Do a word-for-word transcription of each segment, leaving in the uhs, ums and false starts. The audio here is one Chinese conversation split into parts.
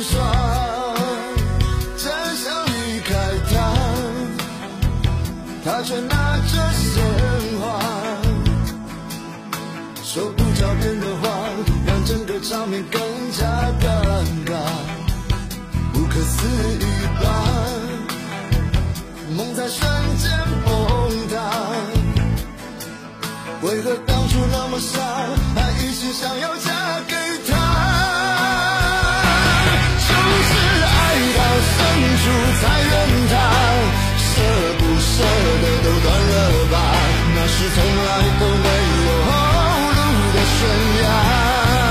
爽，真想离开他，他却拿着鲜花，说不着边的话，让整个场面更加尴尬。不可思议吧，梦在瞬间崩塌，为何当初那么傻，还一心想要嫁给他？就是爱到深处才怨他，舍不舍得都断了吧，那是从来都没有后路的悬崖。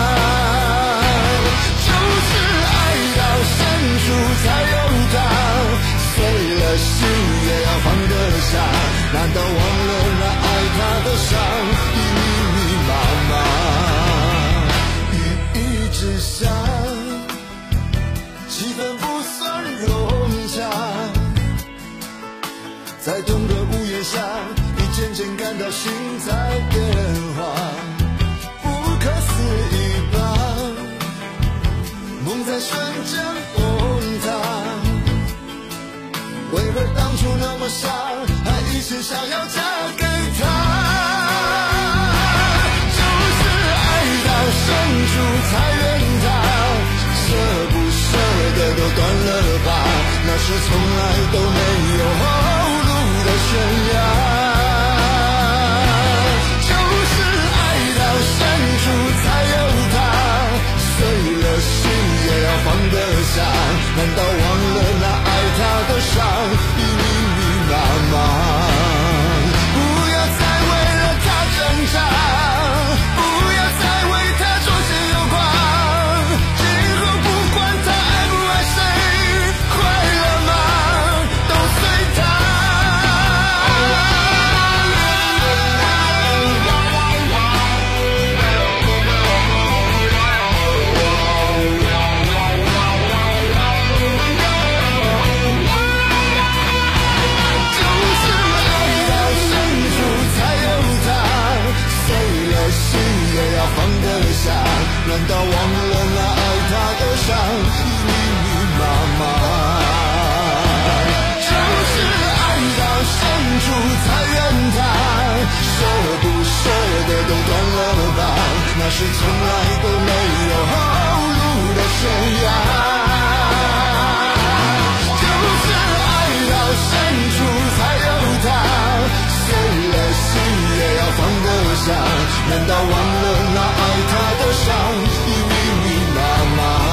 就是爱到深处才有他，碎了心也要放得下，难道忘了那爱他的伤已密密麻麻？雨一直下，气氛不算融洽，在同个屋檐下，你渐渐感到心在变化。不可思议吧，梦在瞬间崩塌，为何当初那么傻，还一心想要嫁给他？就是爱到深处才怨他，舍不舍得都断了吧，那是从来都没有后路的悬崖。就是爱到深处才有他，碎了心也要放得下，难道忘了那爱他的伤已密密麻麻？不要再为了他挣扎，不要再为他捉奸有狂，今后不管他爱不爱谁，快乐吗都随他。放得下，难道忘了那爱他的伤已密密麻麻？就是爱到深处才怨他，舍不舍得都断了吧，那是从来都没有后路的悬崖。就是爱到深处才有他，碎了心也要放得下，难道忘了那爱他的伤已密密麻麻？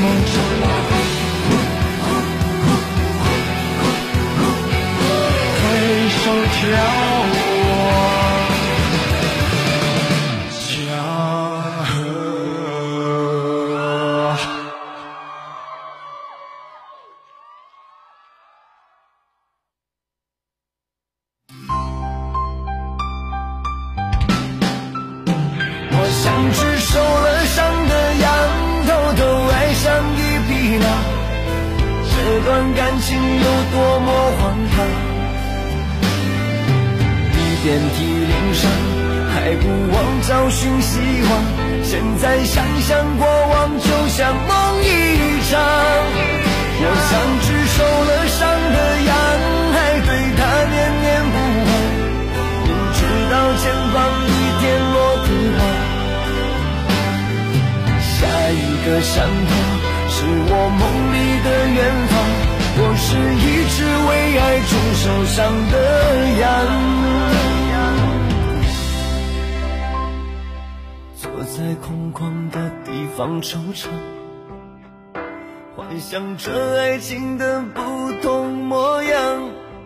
梦中挥手眺望江河。我像只受了伤的羊，偷偷爱上一匹狼，这段感情有多么荒唐，你遍体鳞伤，还不忘找寻希望，现在想想过往就像梦一场。我像只受了伤的羊，还对它念念不忘，明知道前方一天落地荒，下一个山头是我梦里的远方，我是一只为爱中受伤的羊，坐在空旷的地方惆怅，幻想着爱情的不同模样，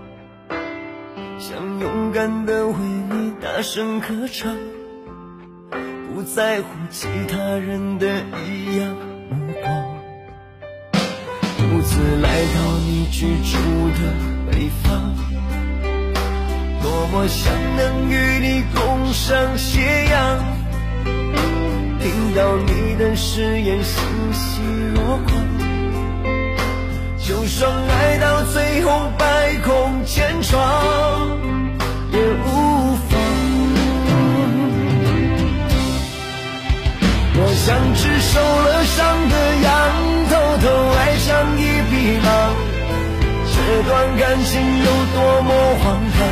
想勇敢地为你大声歌唱，不在乎其他人的异样目光，独自来到你居住的北方，多么想能与你共赏斜阳，听到你的誓言欣喜若狂，就算爱到最后百孔千疮也无妨。我像只受了伤的羊，偷偷爱上一匹狼，这段感情有多么荒唐，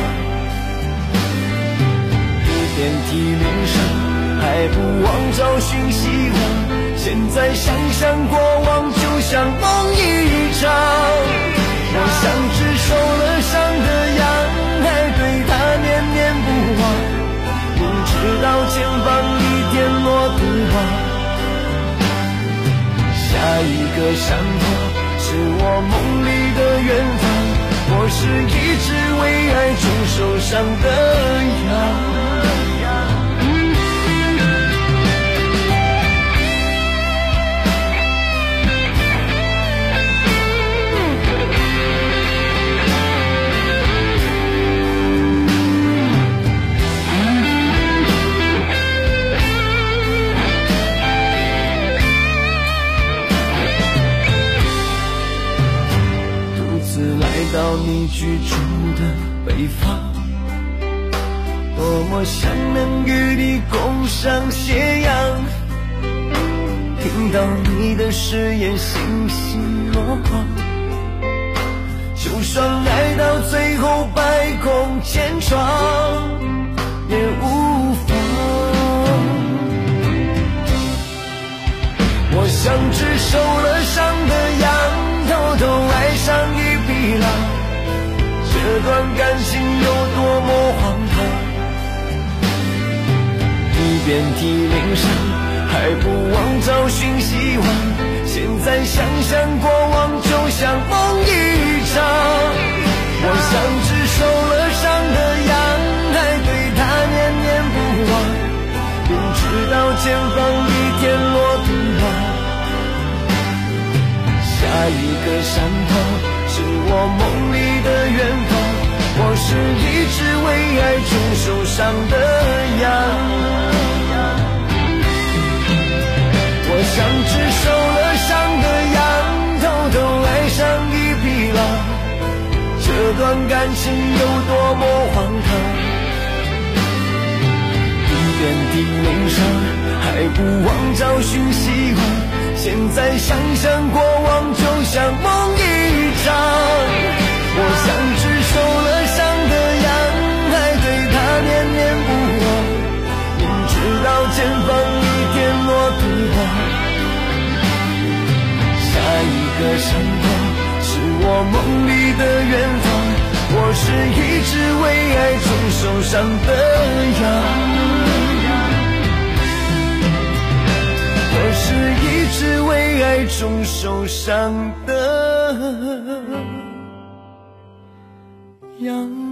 你遍体鳞伤，还不忘找寻希望，现在想想过往就像梦一场。我像只受了伤的羊，还对它念念不忘，明知道前方一天落地荒，下一个山头是我梦里的远方，我是一只为爱中受伤的羊。到你居住的北方，多么想能与你共赏斜阳，听到你的誓言欣喜若狂，就算爱到最后百孔千疮也无妨。我像只受了伤的羊，偷偷爱上一匹狼，这段感情有多么荒唐，你遍体鳞伤，还不忘找寻希望，现在想想过往就像梦一场。我像只受了伤的羊，还对它念念不忘，明知道前方一天落地荒，下一个山头是我梦里的远方，我是一只为爱中受伤的羊。我像只受了伤的羊，偷偷爱上一匹狼，这段感情有多么荒唐，你遍体鳞伤，还不忘找寻希望，现在想想过往就像梦一场。我像只受了伤的羊，还对它念念不忘，明知道前方一天落地荒，下一个山头是我梦里的远方，我是一只为爱中受伤的羊。我是一只为爱中受伤的羊。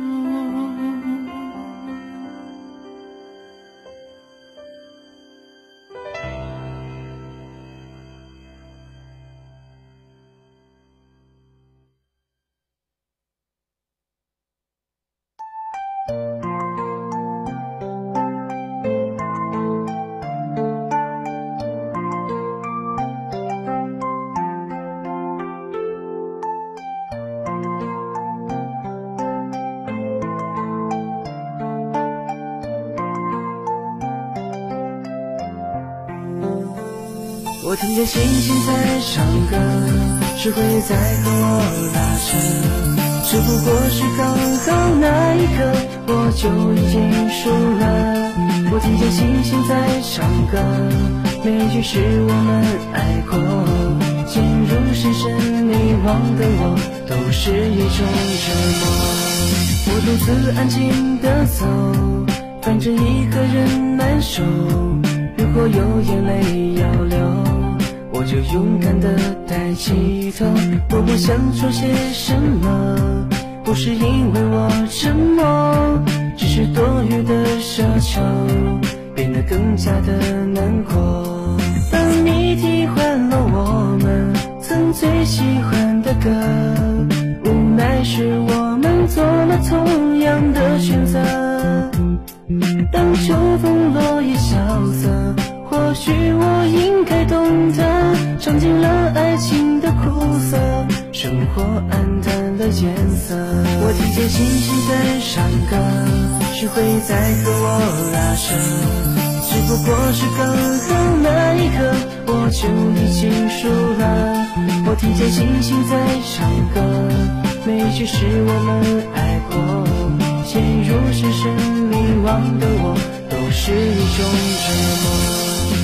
我听见星星在唱歌，是会在和我拉扯，只不过是刚好那一刻我就已经输了。我听见星星在唱歌，每句是我们爱过，陷入深深迷惘的我，都是一种折磨。我独自安静地走，反正一个人难受，如果有眼泪要流，我就勇敢地抬起头。我不想说些什么，不是因为我沉默，只是多余的奢求变得更加的难过。当你替换了我们曾最喜欢的歌，无奈是我们做了同样的选择。当秋风落叶萧瑟，或许我应该懂得，尝尽了爱情的苦涩，生活暗淡了颜色。我听见星星在唱歌，是会在和我拉扯，只不过是刚好那一刻我就已经输了。我听见星星在唱歌，每句是我们爱过，陷入深深迷惘的我，都是一种折磨。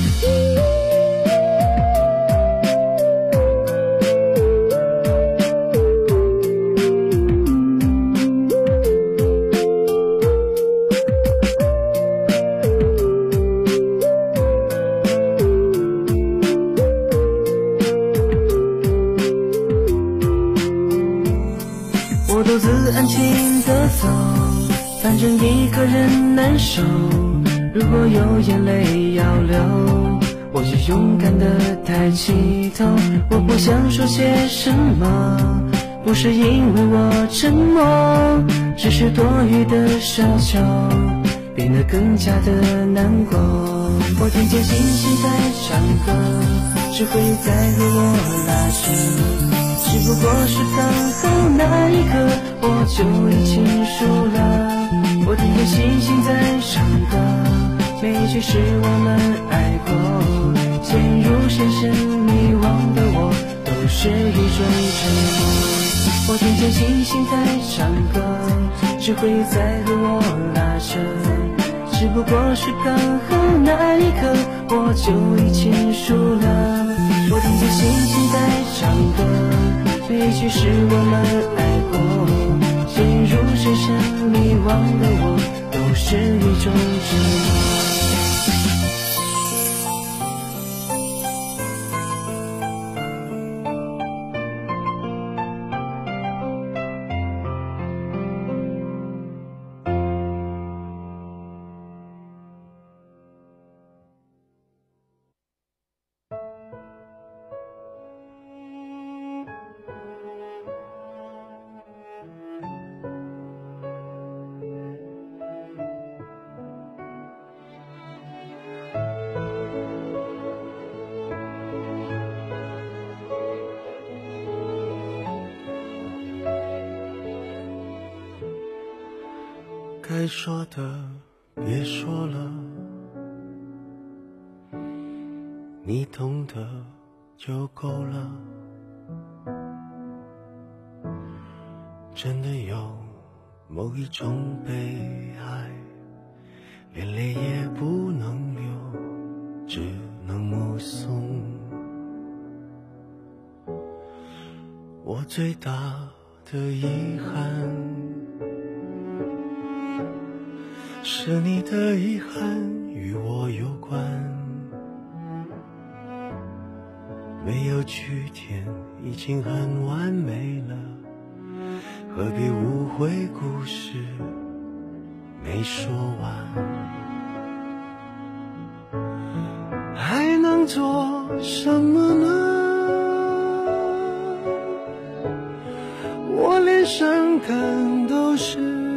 我独自安静地走，反正一个人难受，如果有眼泪要流，我就勇敢地抬起头。我不想说些什么，不是因为我沉默，只是多余的奢求变得更加的难过。我听见星星在唱歌，只会在和我拉扯，只不过是刚好那一刻我就已经输了。我听见星星在唱歌，每句是我们爱过，陷入深深迷惘的我，都是一种折磨。我听见星星在唱歌，只会在和我拉扯，只不过是刚好那一刻我就已经输了。我听见星星在唱歌，每句是我们爱过，陷入深深迷惘的我，都是一种折磨。 该说的别说了，你懂得就够了。真的有某一种悲哀，连泪也不能流，只能目送。我最大的遗憾，是你的遗憾与我有关。 没有句点已经很完美了，何必误会故事没说完？还能做什么呢？我连伤感都是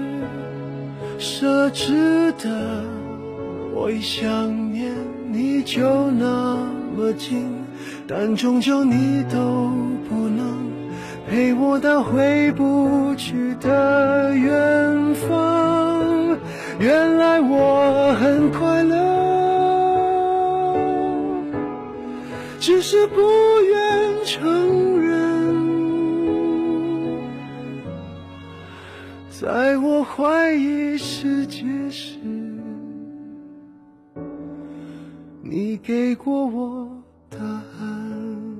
奢侈的，我一想念你就那么近，但终究你都不能陪我到回不去的远方。原来我很快乐，只是不愿承认。在我怀疑世界时，你给过我答案。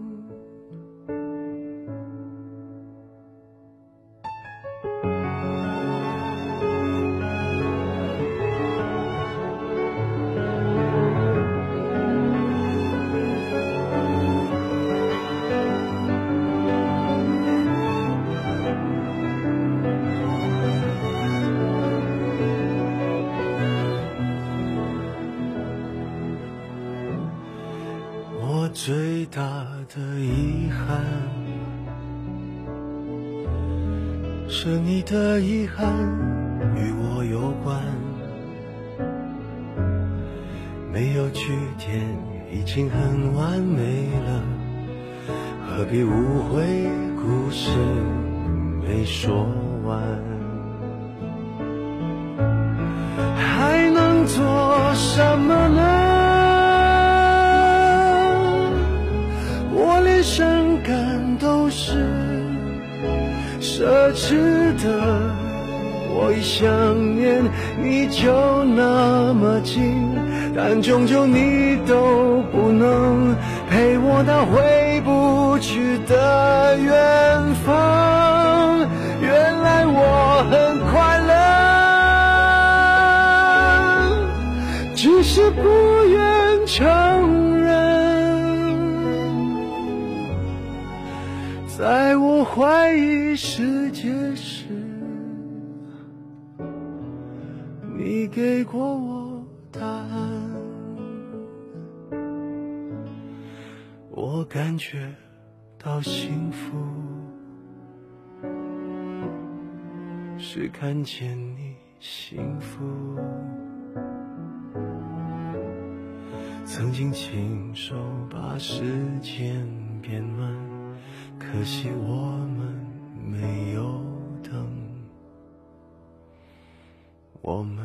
最大的遗憾是你的遗憾与我有关，没有句点已经很完美了，何必误会故事没说完？还能做什么呢？伤感都是奢侈的，我一想念你就那么近，但终究你都不能陪我到回不去的远方。原来我很快乐，只是不愿承认。在我怀疑世界时，你给过我答案。我感觉到幸福，是看见你幸福。曾经亲手把时间变慢，可惜我们没有等，我们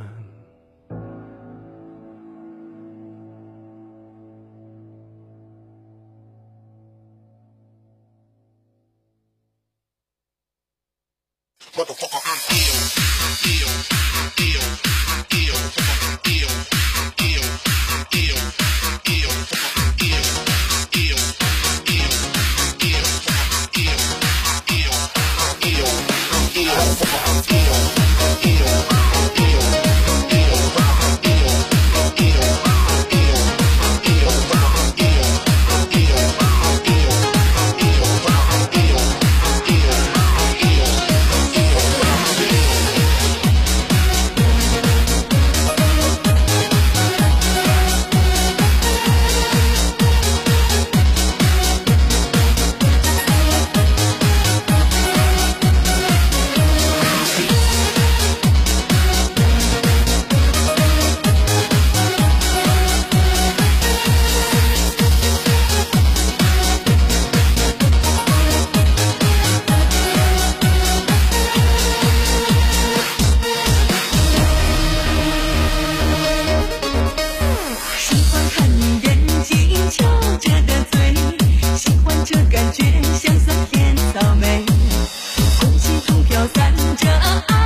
这感觉像酸甜草莓，空气中飘散着爱。